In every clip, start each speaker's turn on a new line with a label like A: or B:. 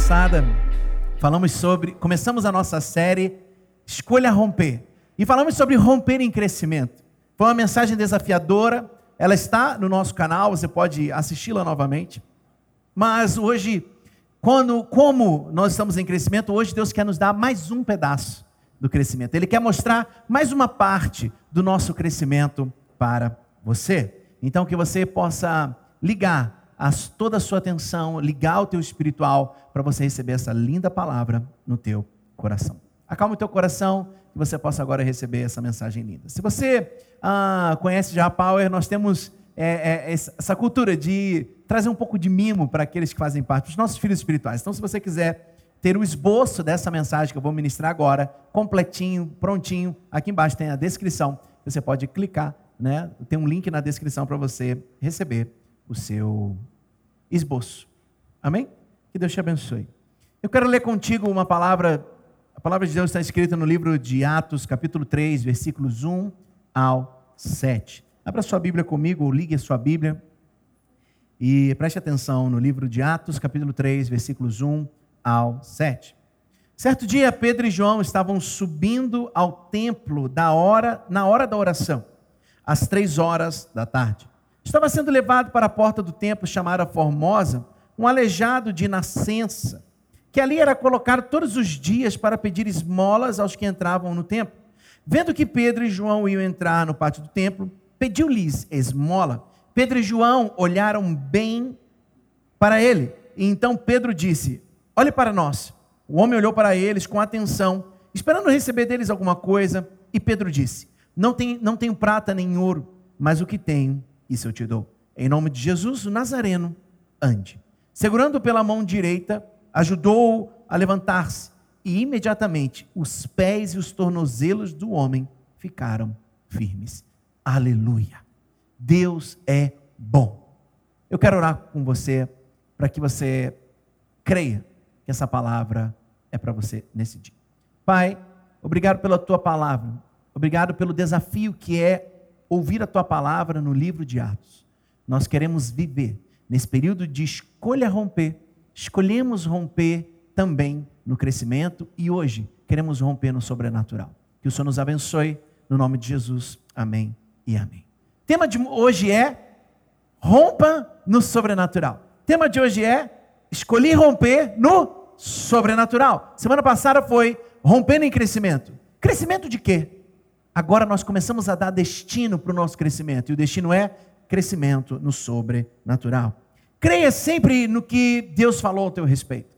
A: passada, começamos a nossa série Escolha Romper. E falamos sobre romper em crescimento. Foi uma mensagem desafiadora, ela está no nosso canal, você pode assisti-la novamente. Mas hoje, como nós estamos em crescimento, hoje Deus quer nos dar mais um pedaço do crescimento. Ele quer mostrar mais uma parte do nosso crescimento para você. Então que você possa ligar toda a sua atenção, ligar o teu espiritual para você receber essa linda palavra no teu coração. Acalma o teu coração, que você possa agora receber essa mensagem linda. Se você conhece já a Power, nós temos essa cultura de trazer um pouco de mimo para aqueles que fazem parte dos nossos filhos espirituais. Então, se você quiser ter o esboço dessa mensagem que eu vou ministrar agora, completinho, prontinho, aqui embaixo tem a descrição, você pode clicar, né? Tem um link na descrição para você receber o seu esboço. Amém? Que Deus te abençoe. Eu quero ler contigo uma palavra. A palavra de Deus está escrita no livro de Atos, capítulo 3, versículos 1 ao 7. Abra sua Bíblia comigo, ou ligue a sua Bíblia, e preste atenção no livro de Atos, capítulo 3, versículos 1 ao 7. Certo dia, Pedro e João estavam subindo ao templo na hora da oração, às 3 da tarde. Estava sendo levado para a porta do templo chamada Formosa, um aleijado de nascença, que ali era colocado todos os dias para pedir esmolas aos que entravam no templo. Vendo que Pedro e João iam entrar no pátio do templo, pediu-lhes esmola. Pedro e João olharam bem para ele, e então Pedro disse: olhe para nós. O homem olhou para eles com atenção, esperando receber deles alguma coisa, e Pedro disse: não tenho prata nem ouro, mas o que tenho, isso eu te dou. Em nome de Jesus, o Nazareno, ande. Segurando-o pela mão direita, ajudou-o a levantar-se, e imediatamente os pés e os tornozelos do homem ficaram firmes. Aleluia! Deus é bom. Eu quero orar com você, para que você creia que essa palavra é para você nesse dia. Pai, obrigado pela tua palavra, obrigado pelo desafio que é ouvir a tua palavra no livro de Atos. Nós queremos viver nesse período de escolha romper. Escolhemos romper também no crescimento e hoje queremos romper no sobrenatural. Que o Senhor nos abençoe, no nome de Jesus. Amém e amém. O tema de hoje é rompa no sobrenatural. O tema de hoje é escolhi romper no sobrenatural. Semana passada foi rompendo em crescimento. Crescimento de quê? Agora nós começamos a dar destino para o nosso crescimento. E o destino é crescimento no sobrenatural. Creia sempre no que Deus falou ao teu respeito.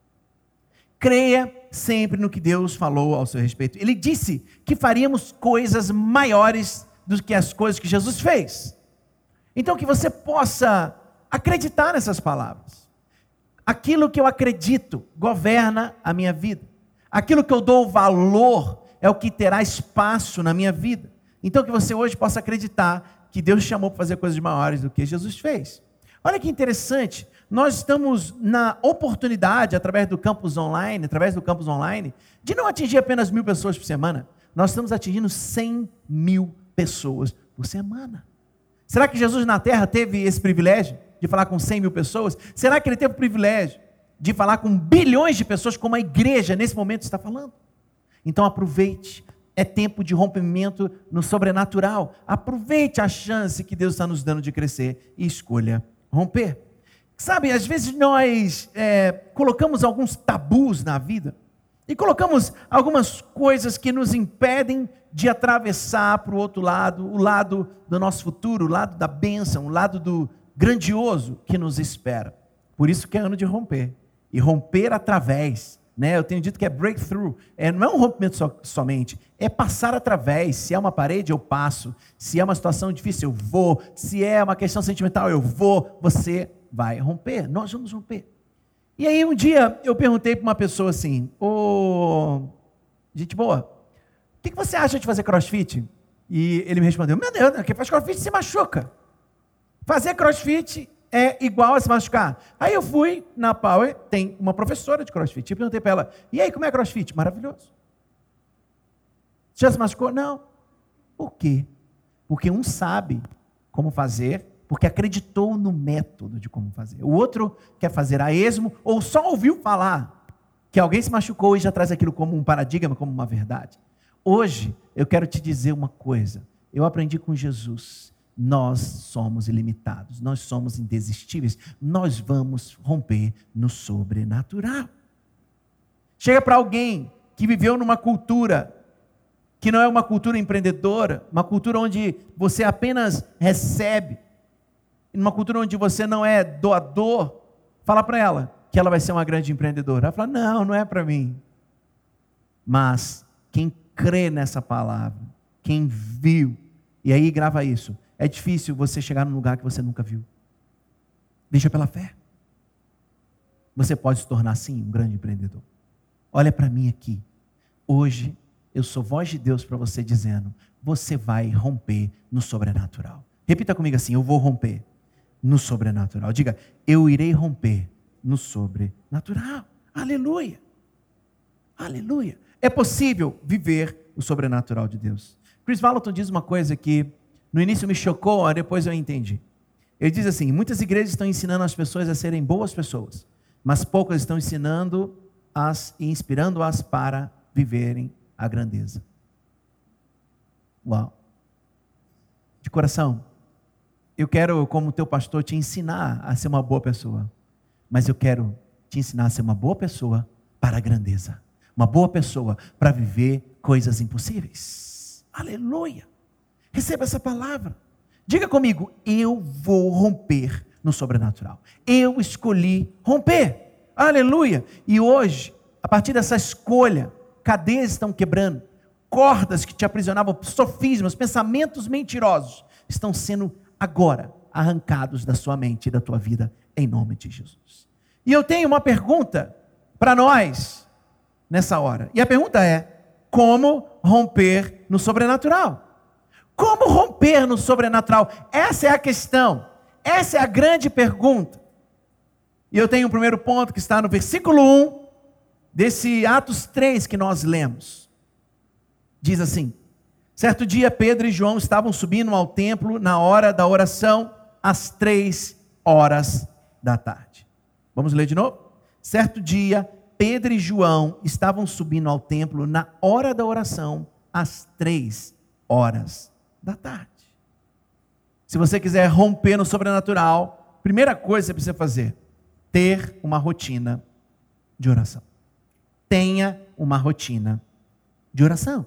A: Creia sempre no que Deus falou ao seu respeito. Ele disse que faríamos coisas maiores do que as coisas que Jesus fez. Então que você possa acreditar nessas palavras. Aquilo que eu acredito governa a minha vida. Aquilo que eu dou valor é o que terá espaço na minha vida. Então que você hoje possa acreditar que Deus chamou para fazer coisas maiores do que Jesus fez. Olha que interessante, nós estamos na oportunidade, através do campus online, de não atingir apenas 1.000 pessoas por semana. Nós estamos atingindo 100.000 pessoas por semana. Será que Jesus na terra teve esse privilégio de falar com 100.000 pessoas? Será que ele teve o privilégio de falar com bilhões de pessoas, como a igreja nesse momento está falando? Então aproveite, é tempo de rompimento no sobrenatural. Aproveite a chance que Deus está nos dando de crescer e escolha romper. Sabe, às vezes nós colocamos alguns tabus na vida e colocamos algumas coisas que nos impedem de atravessar para o outro lado, o lado do nosso futuro, o lado da bênção, o lado do grandioso que nos espera. Por isso que é ano de romper. E romper através, né? Eu tenho dito que é breakthrough, não é um rompimento somente, é passar através. Se é uma parede, eu passo. Se é uma situação difícil, eu vou. Se é uma questão sentimental, eu vou. Você vai romper, nós vamos romper. E aí um dia eu perguntei para uma pessoa assim: gente boa, o que você acha de fazer crossfit? E ele me respondeu: meu Deus, quem faz crossfit se machuca. Fazer crossfit é igual a se machucar. Aí eu fui na Power, tem uma professora de crossfit, eu perguntei para ela: e aí, como é crossfit? Maravilhoso. Já se machucou? Não. Por quê? Porque um sabe como fazer porque acreditou no método de como fazer. O outro quer fazer a esmo, ou só ouviu falar que alguém se machucou e já traz aquilo como um paradigma, como uma verdade. Hoje, eu quero te dizer uma coisa. Eu aprendi com Jesus. Nós somos ilimitados, nós somos indesistíveis, nós vamos romper no sobrenatural. Chega para alguém que viveu numa cultura que não é uma cultura empreendedora, uma cultura onde você apenas recebe, numa cultura onde você não é doador, fala para ela que ela vai ser uma grande empreendedora. Ela fala, não, não é para mim. Mas quem crê nessa palavra, quem viu, e aí grava isso, é difícil você chegar num lugar que você nunca viu. Veja pela fé. Você pode se tornar, sim, um grande empreendedor. Olha para mim aqui. Hoje, eu sou voz de Deus para você dizendo, você vai romper no sobrenatural. Repita comigo assim, eu vou romper no sobrenatural. Diga, eu irei romper no sobrenatural. Aleluia. Aleluia. É possível viver o sobrenatural de Deus. Chris Vallotton diz uma coisa que no início me chocou, depois eu entendi. Ele diz assim, muitas igrejas estão ensinando as pessoas a serem boas pessoas, mas poucas estão ensinando-as e inspirando-as para viverem a grandeza. Uau! De coração, eu quero, como teu pastor, te ensinar a ser uma boa pessoa, mas eu quero te ensinar a ser uma boa pessoa para a grandeza, uma boa pessoa para viver coisas impossíveis. Aleluia! Receba essa palavra. Diga comigo, eu vou romper no sobrenatural. Eu escolhi romper. Aleluia! E hoje, a partir dessa escolha, cadeias estão quebrando, cordas que te aprisionavam, sofismas, pensamentos mentirosos, estão sendo agora arrancados da sua mente e da tua vida, em nome de Jesus. E eu tenho uma pergunta para nós, nessa hora. E a pergunta é, como romper no sobrenatural? Como romper no sobrenatural? Essa é a questão. Essa é a grande pergunta. E eu tenho um primeiro ponto que está no versículo 1 desse Atos 3 que nós lemos. Diz assim, certo dia Pedro e João estavam subindo ao templo na hora da oração, às 3h da tarde. Vamos ler de novo? Certo dia Pedro e João estavam subindo ao templo na hora da oração, às 3h da tarde. Se você quiser romper no sobrenatural, primeira coisa que você precisa fazer, ter uma rotina de oração. Tenha uma rotina de oração.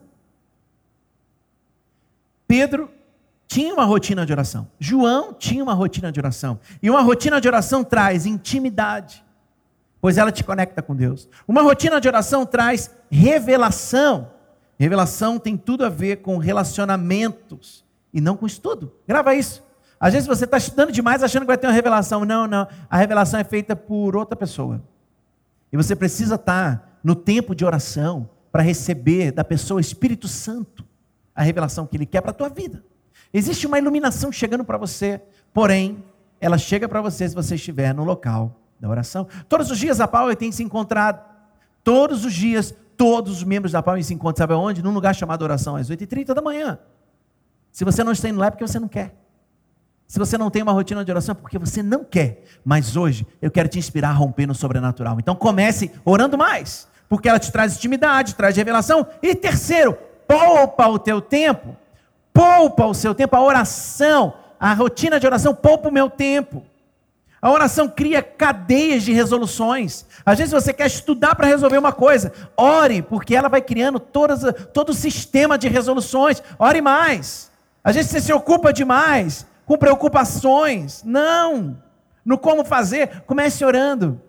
A: Pedro tinha uma rotina de oração. João tinha uma rotina de oração. E uma rotina de oração traz intimidade, pois ela te conecta com Deus. Uma rotina de oração traz revelação. Revelação tem tudo a ver com relacionamentos e não com estudo. Grava isso. Às vezes você está estudando demais achando que vai ter uma revelação. Não, não. A revelação é feita por outra pessoa. E você precisa estar no tempo de oração para receber da pessoa Espírito Santo a revelação que Ele quer para a tua vida. Existe uma iluminação chegando para você, porém, ela chega para você se você estiver no local da oração. Todos os dias a Power tem se encontrado. Todos os dias, todos os membros da Power se encontram, sabe aonde? Num lugar chamado oração, às 8h30 da manhã. Se você não está indo lá é porque você não quer. Se você não tem uma rotina de oração é porque você não quer. Mas hoje eu quero te inspirar a romper no sobrenatural. Então comece orando mais, porque ela te traz intimidade, traz revelação. E terceiro, poupa o teu tempo. Poupa o seu tempo, a oração, a rotina de oração poupa o meu tempo. A oração cria cadeias de resoluções. Às vezes você quer estudar para resolver uma coisa. Ore, porque ela vai criando todo o sistema de resoluções. Ore mais. Às vezes você se ocupa demais com preocupações. Não. No como fazer, comece orando.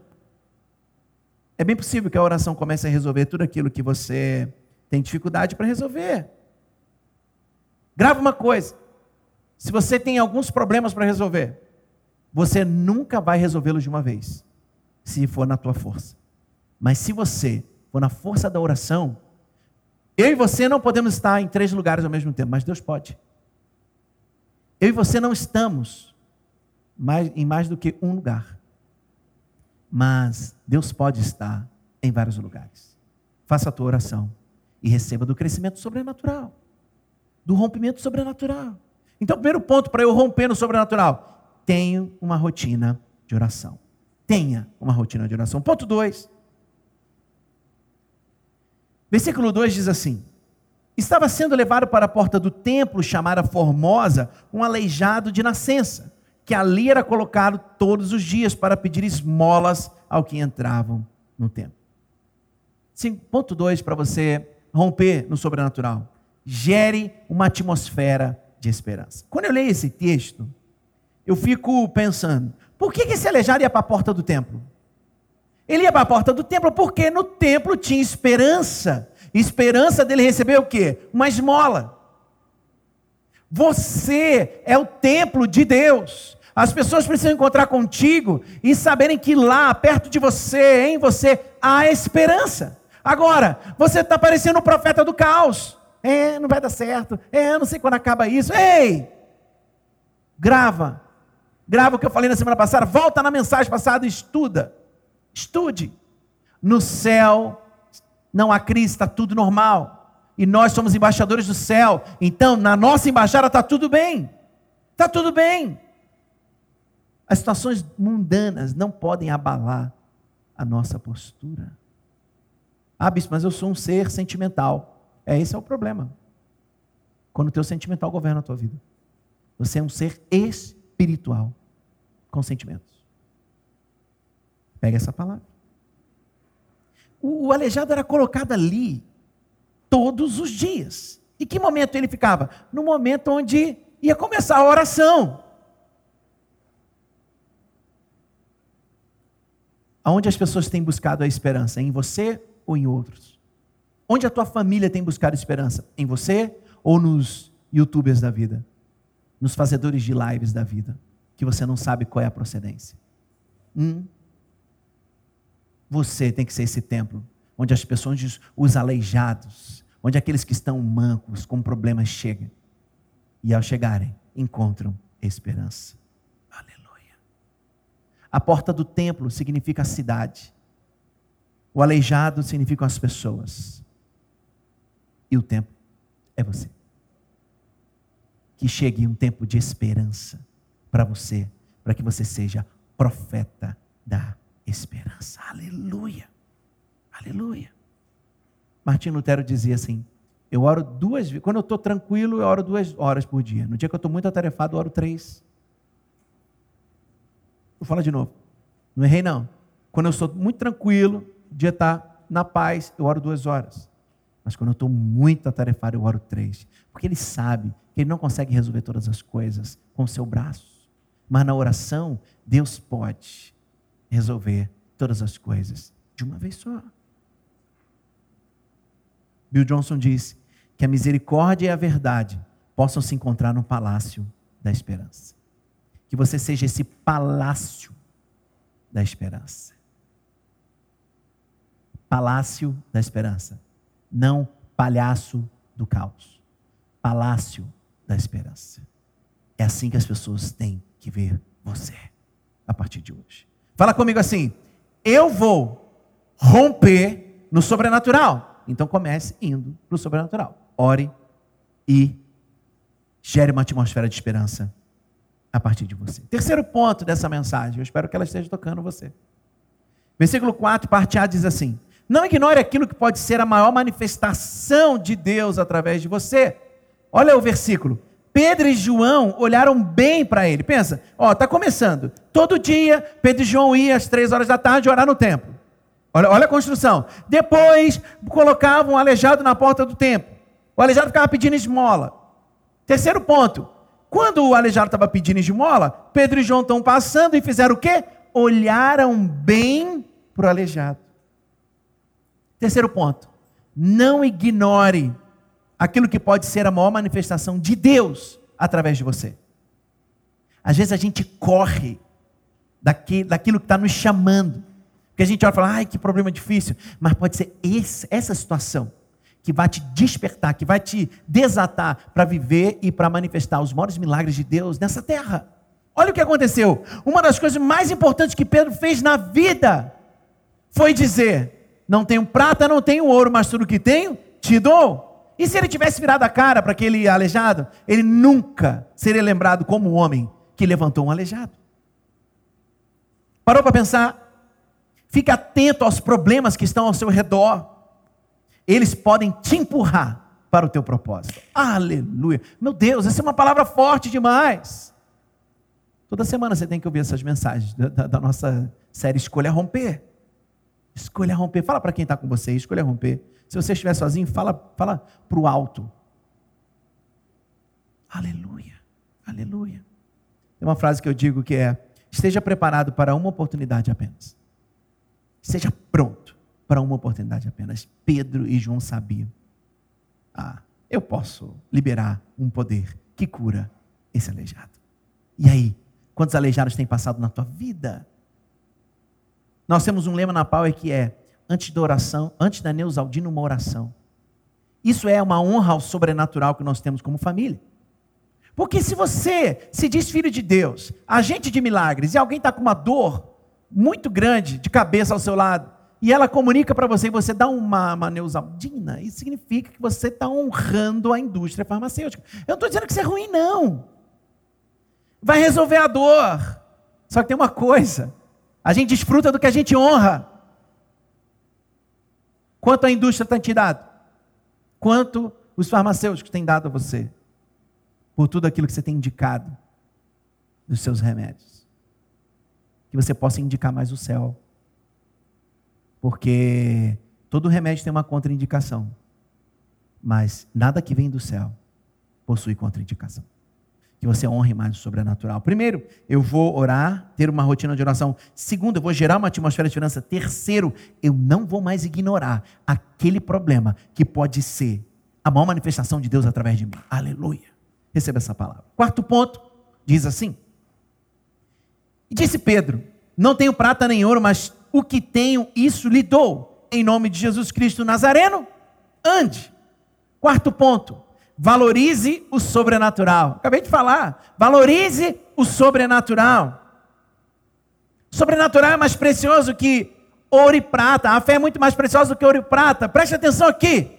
A: É bem possível que a oração comece a resolver tudo aquilo que você tem dificuldade para resolver. Grava uma coisa. Se você tem alguns problemas para resolver, você nunca vai resolvê-los de uma vez, se for na tua força. Mas se você for na força da oração, eu e você não podemos estar em 3 lugares ao mesmo tempo, mas Deus pode. Eu e você não estamos em mais do que um lugar, mas Deus pode estar em vários lugares. Faça a tua oração e receba do crescimento sobrenatural, do rompimento sobrenatural. Então, o primeiro ponto para eu romper no sobrenatural, tenha uma rotina de oração. Tenha uma rotina de oração. Ponto 2. Versículo 2 diz assim: estava sendo levado para a porta do templo, chamada Formosa, um aleijado de nascença, que ali era colocado todos os dias para pedir esmolas ao que entravam no templo. Sim, ponto 2 para você romper no sobrenatural. Gere uma atmosfera de esperança. Quando eu leio esse texto, eu fico pensando, por que esse aleijado ia para a porta do templo? Ele ia para a porta do templo porque no templo tinha esperança. Esperança dele receber o quê? Uma esmola. Você é o templo de Deus. As pessoas precisam encontrar contigo e saberem que lá, perto de você, em você, há esperança. Agora, você está parecendo o profeta do caos. Não vai dar certo. Não sei quando acaba isso. Ei! Grava o que eu falei na semana passada. Volta na mensagem passada e estuda. Estude. No céu não há crise, está tudo normal. E nós somos embaixadores do céu. Então, na nossa embaixada está tudo bem. Está tudo bem. As situações mundanas não podem abalar a nossa postura. Bispo, mas eu sou um ser sentimental. Esse é o problema. Quando o teu sentimental governa a tua vida. Você é um ser espiritual, com sentimentos. Pega essa palavra. O aleijado era colocado ali todos os dias. E que momento ele ficava? No momento onde ia começar a oração. Aonde as pessoas têm buscado a esperança? Em você ou em outros? Onde a tua família tem buscado esperança? Em você ou nos youtubers da vida? Nos fazedores de lives da vida? Que você não sabe qual é a procedência. Você tem que ser esse templo, onde as pessoas, os aleijados, onde aqueles que estão mancos, com problemas chegam. E ao chegarem, encontram esperança. Aleluia. A porta do templo significa a cidade. O aleijado significam as pessoas. E o templo é você. Que chegue um tempo de esperança para você, para que você seja profeta da esperança. Aleluia. Aleluia. Martim Lutero dizia assim: eu oro 2 vezes, quando eu estou tranquilo, eu oro 2 horas por dia. No dia que eu estou muito atarefado, eu oro 3. Vou falar de novo. Não errei não. Quando eu estou muito tranquilo, o dia está na paz, eu oro 2 horas. Mas quando eu estou muito atarefado, eu oro 3. Porque ele sabe que ele não consegue resolver todas as coisas com o seu braço. Mas na oração, Deus pode resolver todas as coisas de uma vez só. Bill Johnson disse que a misericórdia e a verdade possam se encontrar no palácio da esperança. Que você seja esse palácio da esperança. Palácio da esperança. Não palhaço do caos. Palácio da esperança. É assim que as pessoas têm que ver você a partir de hoje. Fala comigo assim: eu vou romper no sobrenatural. Então comece indo para o sobrenatural. Ore e gere uma atmosfera de esperança a partir de você. Terceiro ponto dessa mensagem, eu espero que ela esteja tocando você. Versículo 4, parte A diz assim: não ignore aquilo que pode ser a maior manifestação de Deus através de você. Olha o versículo. Pedro e João olharam bem para ele. Pensa, está começando. Todo dia, Pedro e João iam às 3 horas da tarde orar no templo. Olha a construção. Depois, colocavam o aleijado na porta do templo. O aleijado ficava pedindo esmola. Terceiro ponto. Quando o aleijado estava pedindo esmola, Pedro e João estão passando e fizeram o quê? Olharam bem para o aleijado. Terceiro ponto. Não ignore aquilo que pode ser a maior manifestação de Deus através de você. Às vezes a gente corre daquilo que está nos chamando. Porque a gente olha e fala, que problema difícil. Mas pode ser essa situação que vai te despertar, que vai te desatar para viver e para manifestar os maiores milagres de Deus nessa terra. Olha o que aconteceu. Uma das coisas mais importantes que Pedro fez na vida foi dizer: não tenho prata, não tenho ouro, mas tudo que tenho, te dou. E se ele tivesse virado a cara para aquele aleijado, ele nunca seria lembrado como o homem que levantou um aleijado. Parou para pensar? Fique atento aos problemas que estão ao seu redor. Eles podem te empurrar para o teu propósito. Aleluia. Meu Deus, essa é uma palavra forte demais. Toda semana você tem que ouvir essas mensagens da nossa série Escolha Romper. Escolha romper. Fala para quem está com você, escolha romper. Se você estiver sozinho, fala para o alto. Aleluia, aleluia. Tem uma frase que eu digo que é: esteja preparado para uma oportunidade apenas. Esteja pronto para uma oportunidade apenas. Pedro e João sabiam. Eu posso liberar um poder que cura esse aleijado. E aí, quantos aleijados têm passado na tua vida? Nós temos um lema na Power que é: antes da oração, antes da Neusaldina, uma oração. Isso é uma honra ao sobrenatural que nós temos como família. Porque se você se diz filho de Deus, agente de milagres, e alguém está com uma dor muito grande de cabeça ao seu lado, e ela comunica para você, e você dá uma Neusaldina, isso significa que você está honrando a indústria farmacêutica. Eu não estou dizendo que isso é ruim, não. Vai resolver a dor. Só que tem uma coisa: a gente desfruta do que a gente honra. Quanto a indústria tem te dado? Quanto os farmacêuticos têm dado a você? Por tudo aquilo que você tem indicado dos seus remédios. Que você possa indicar mais o céu. Porque todo remédio tem uma contraindicação. Mas nada que vem do céu possui contraindicação. Que você honre mais o sobrenatural. Primeiro, eu vou orar, ter uma rotina de oração. Segundo, eu vou gerar uma atmosfera de esperança. Terceiro, eu não vou mais ignorar aquele problema que pode ser a maior manifestação de Deus através de mim. Aleluia. Receba essa palavra. Quarto ponto, diz assim: e disse Pedro: não tenho prata nem ouro, mas o que tenho, isso lhe dou. Em nome de Jesus Cristo Nazareno, ande. Quarto ponto: valorize o sobrenatural. Acabei de falar. Valorize o sobrenatural. O sobrenatural é mais precioso que ouro e prata. A fé é muito mais preciosa do que ouro e prata. Preste atenção aqui.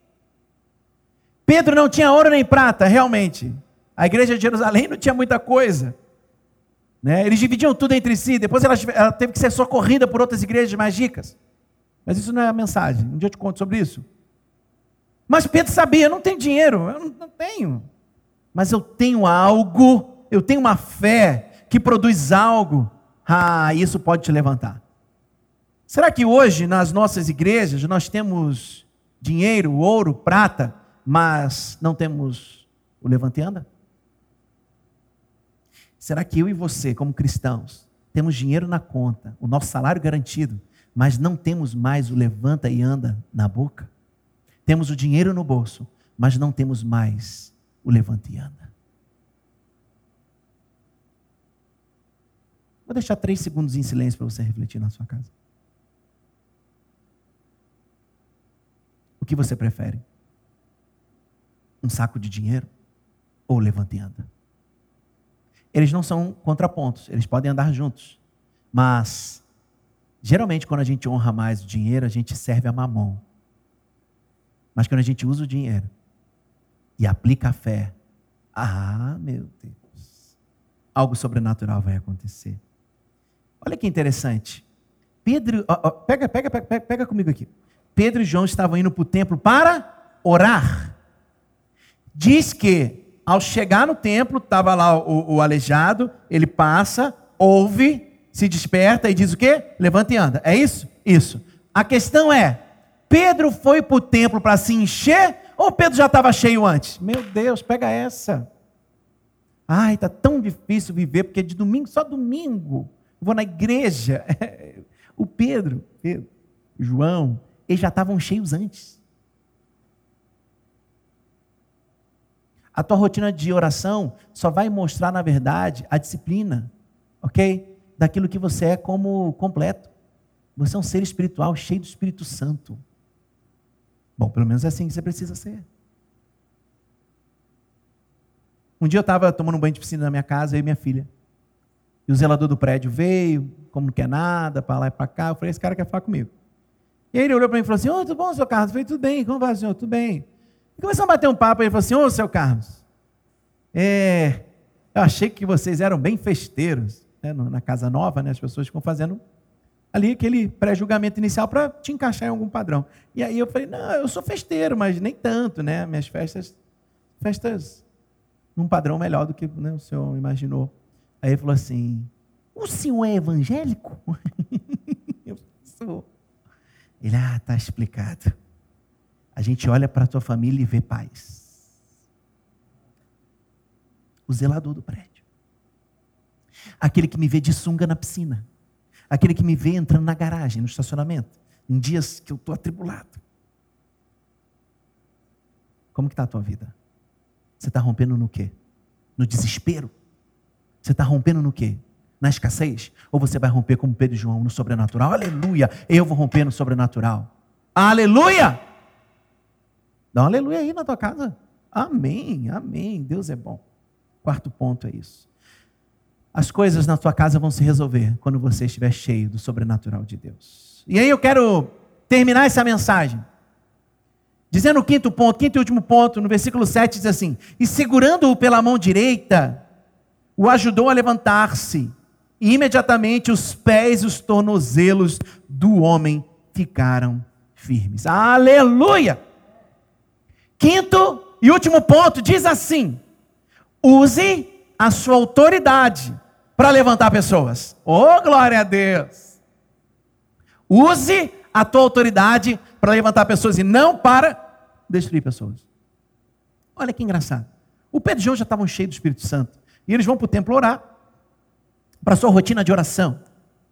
A: Pedro não tinha ouro nem prata, realmente. A igreja de Jerusalém não tinha muita coisa. Eles dividiam tudo entre si. Depois ela teve que ser socorrida por outras igrejas mais ricas. Mas isso não é a mensagem. Um dia eu te conto sobre isso. Mas Pedro sabia: eu não tenho dinheiro, eu não tenho. Mas eu tenho algo, eu tenho uma fé que produz algo. Isso pode te levantar. Será que hoje nas nossas igrejas nós temos dinheiro, ouro, prata, mas não temos o levanta e anda? Será que eu e você, como cristãos, temos dinheiro na conta, o nosso salário garantido, mas não temos mais o levanta e anda na boca? Temos o dinheiro no bolso, mas não temos mais o levanta e anda. Vou deixar 3 segundos em silêncio para você refletir na sua casa. O que você prefere? Um saco de dinheiro ou levanta e anda? Eles não são contrapontos, eles podem andar juntos. Mas, geralmente, quando a gente honra mais o dinheiro, a gente serve a mamon. Mas quando a gente usa o dinheiro e aplica a fé, meu Deus, algo sobrenatural vai acontecer. Olha que interessante. Pedro, pega comigo aqui. Pedro e João estavam indo para o templo para orar. Diz que ao chegar no templo, estava lá o aleijado, ele passa, ouve, se desperta e diz o quê? Levanta e anda. É isso? Isso. A questão é: Pedro foi para o templo para se encher ou Pedro já estava cheio antes? Meu Deus, pega essa. Está tão difícil viver, porque de domingo, só domingo, vou na igreja. O Pedro, João, eles já estavam cheios antes. A tua rotina de oração só vai mostrar, na verdade, a disciplina, ok? Daquilo que você é como completo. Você é um ser espiritual cheio do Espírito Santo. Bom, pelo menos é assim que você precisa ser. Um dia eu estava tomando um banho de piscina na minha casa, eu e minha filha. E o zelador do prédio veio, como não quer nada, para lá e para cá. Eu falei: esse cara quer falar comigo. E aí ele olhou para mim e falou assim: tudo bom, seu Carlos? Eu falei: tudo bem, como vai, senhor? Tudo bem. E começou a bater um papo, e ele falou assim: seu Carlos, eu achei que vocês eram bem festeiros. né, na casa nova, né, as pessoas ficam fazendo ali aquele pré-julgamento inicial para te encaixar em algum padrão. E aí eu falei, não, eu sou festeiro, mas nem tanto, né? Minhas festas num padrão melhor do que, né, o senhor imaginou. Aí ele falou assim, o senhor é evangélico? Eu sou. Ele, tá explicado. A gente olha para a tua família e vê paz. O zelador do prédio. Aquele que me vê de sunga na piscina. Aquele que me vê entrando na garagem, no estacionamento, em dias que eu estou atribulado. Como que está a tua vida? Você está rompendo no quê? No desespero? Você está rompendo no quê? Na escassez? Ou você vai romper como Pedro e João, no sobrenatural? Aleluia! Eu vou romper no sobrenatural. Aleluia! Dá um aleluia aí na tua casa. Amém, amém. Deus é bom. Quarto ponto é isso. As coisas na tua casa vão se resolver quando você estiver cheio do sobrenatural de Deus. E aí eu quero terminar essa mensagem dizendo o quinto e último ponto, no versículo 7 diz assim, e segurando-o pela mão direita, o ajudou a levantar-se, e imediatamente os pés e os tornozelos do homem ficaram firmes. Aleluia! Quinto e último ponto diz assim, use a sua autoridade para levantar pessoas. Oh, glória a Deus! Use a tua autoridade para levantar pessoas e não para destruir pessoas. Olha que engraçado. O Pedro e João já estavam cheios do Espírito Santo. E eles vão para o templo orar, para a sua rotina de oração.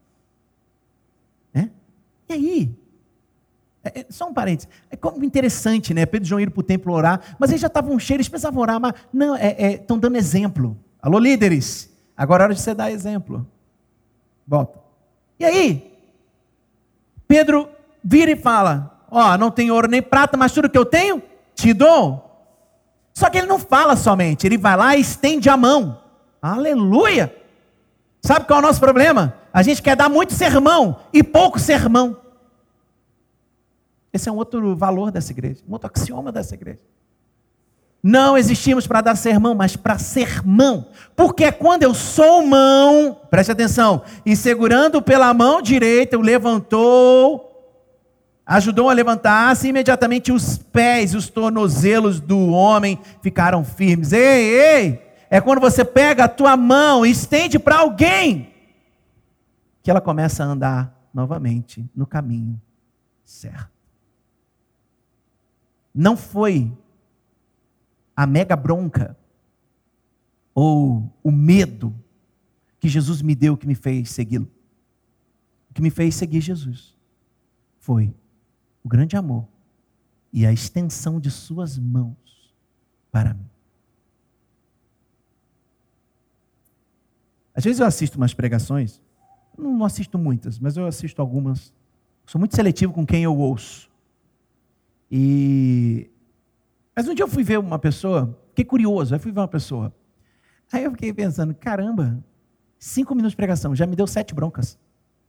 A: E aí? Só um parênteses. É como interessante, né? Pedro e João iram para o templo orar, mas eles já estavam cheios, eles precisavam orar, mas não, estão dando exemplo. Alô, líderes, agora é hora de você dar exemplo. Volta. E aí, Pedro vira e fala, não tenho ouro nem prata, mas tudo que eu tenho, te dou. Só que ele não fala somente, ele vai lá e estende a mão. Aleluia! Sabe qual é o nosso problema? A gente quer dar muito sermão e pouco sermão. Esse é um outro valor dessa igreja, um outro axioma dessa igreja. Não existimos para dar sermão, mas para ser mão. Porque quando eu sou mão, preste atenção, e segurando pela mão direita, o levantou, ajudou a levantar-se, e imediatamente os pés, os tornozelos do homem ficaram firmes. Ei! É quando você pega a tua mão e estende para alguém, que ela começa a andar novamente no caminho certo. Não foi a mega bronca ou o medo que Jesus me deu que me fez segui-lo. O que me fez seguir Jesus foi o grande amor e a extensão de suas mãos para mim. Às vezes eu assisto umas pregações, não assisto muitas, mas eu assisto algumas. Sou muito seletivo com quem eu ouço. Mas um dia eu fui ver uma pessoa, fiquei curioso, aí fui ver uma pessoa. Aí eu fiquei pensando, caramba, 5 minutos de pregação, já me deu 7 broncas.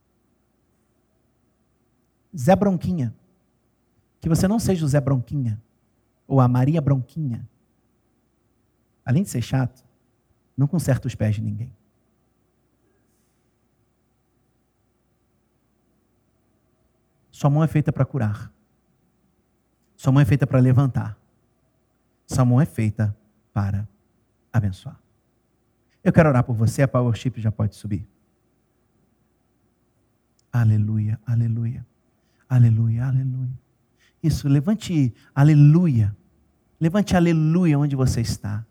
A: Zé Bronquinha. Que você não seja o Zé Bronquinha, ou a Maria Bronquinha. Além de ser chato, não conserta os pés de ninguém. Sua mão é feita para curar. Sua mão é feita para levantar. Sua mão é feita para abençoar. Eu quero orar por você, a Power Worship já pode subir. Aleluia, aleluia, aleluia, aleluia. Isso, levante aleluia. Levante aleluia onde você está.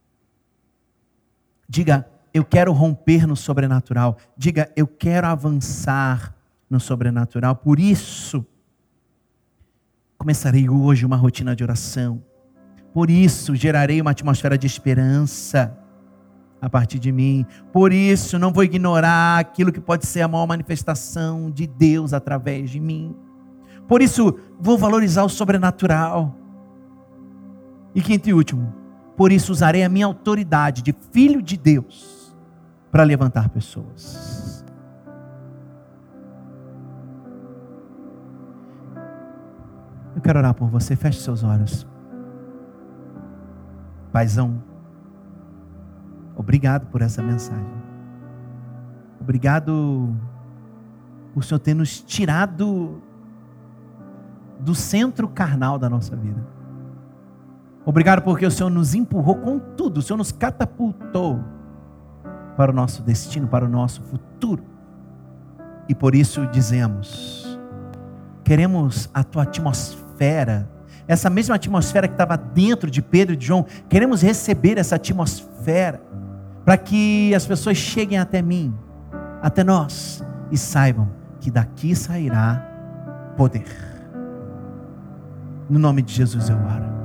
A: Diga, eu quero romper no sobrenatural. Diga, eu quero avançar no sobrenatural. Por isso, começarei hoje uma rotina de oração. Por isso, gerarei uma atmosfera de esperança a partir de mim. Por isso, não vou ignorar aquilo que pode ser a maior manifestação de Deus através de mim. Por isso, vou valorizar o sobrenatural. E quinto e último, por isso usarei a minha autoridade de filho de Deus para levantar pessoas. Eu quero orar por você, feche seus olhos. Paizão, obrigado por essa mensagem. Obrigado por o Senhor ter nos tirado do centro carnal da nossa vida. Obrigado porque o Senhor nos empurrou com tudo. O Senhor nos catapultou para o nosso destino, para o nosso futuro. E por isso dizemos, queremos a tua atmosfera, essa mesma atmosfera que estava dentro de Pedro e de João, queremos receber essa atmosfera, para que as pessoas cheguem até mim, até nós, e saibam que daqui sairá poder. No nome de Jesus eu oro.